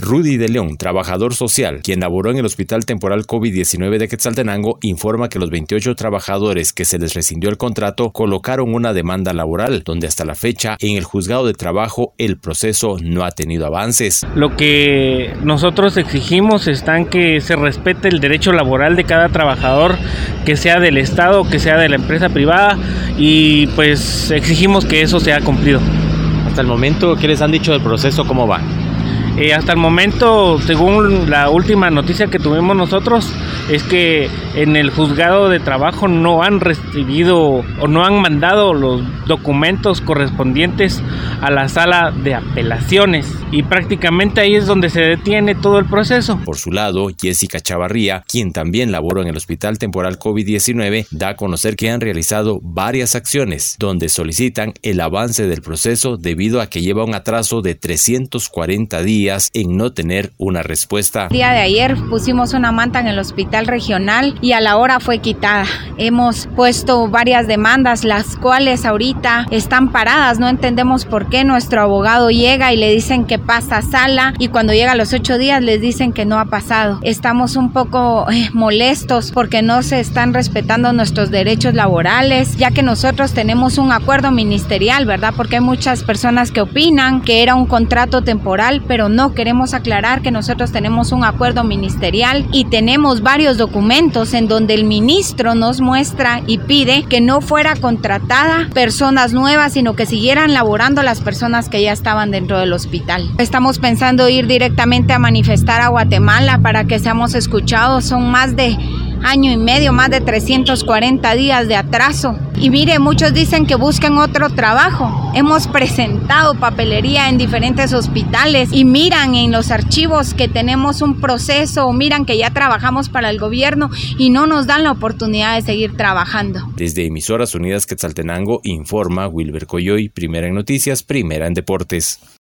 Rudy de León, trabajador social, quien laboró en el Hospital Temporal COVID-19 de Quetzaltenango, informa que los 28 trabajadores que se les rescindió el contrato colocaron una demanda laboral, donde hasta la fecha en el juzgado de trabajo el proceso no ha tenido avances. Lo que nosotros exigimos es que se respete el derecho laboral de cada trabajador, que sea del Estado, que sea de la empresa privada, y pues exigimos que eso sea cumplido. Hasta el momento, ¿qué les han dicho del proceso? ¿Cómo va? Hasta el momento, según la última noticia que tuvimos nosotros, es que en el juzgado de trabajo no han recibido o no han mandado los documentos correspondientes a la sala de apelaciones, y prácticamente ahí es donde se detiene todo el proceso. Por su lado, Jessica Chavarría, quien también laboró en el Hospital Temporal COVID-19, da a conocer que han realizado varias acciones donde solicitan el avance del proceso debido a que lleva un atraso de 340 días en no tener una respuesta. El día de ayer pusimos una manta en el hospital regional y a la hora fue quitada. Hemos puesto varias demandas, las cuales ahorita están paradas. No entendemos por qué. Nuestro abogado llega y le dicen que pasa a sala, y cuando llega a los 8 días les dicen que no ha pasado. Estamos un poco molestos porque no se están respetando nuestros derechos laborales, ya que nosotros tenemos un acuerdo ministerial, ¿verdad? Porque hay muchas personas que opinan que era un contrato temporal, pero no, queremos aclarar que nosotros tenemos un acuerdo ministerial y tenemos varios documentos en donde el ministro nos muestra y pide que no fuera contratada personas nuevas, sino que siguieran laborando las personas que ya estaban dentro del hospital. Estamos pensando ir directamente a manifestar a Guatemala para que seamos escuchados. Son más de año y medio, más de 340 días de atraso. Y mire, muchos dicen que busquen otro trabajo. Hemos presentado papelería en diferentes hospitales y miran en los archivos que tenemos un proceso, o miran que ya trabajamos para el gobierno y no nos dan la oportunidad de seguir trabajando. Desde Emisoras Unidas Quetzaltenango informa Wilber Coyoy, primera en noticias, primera en deportes.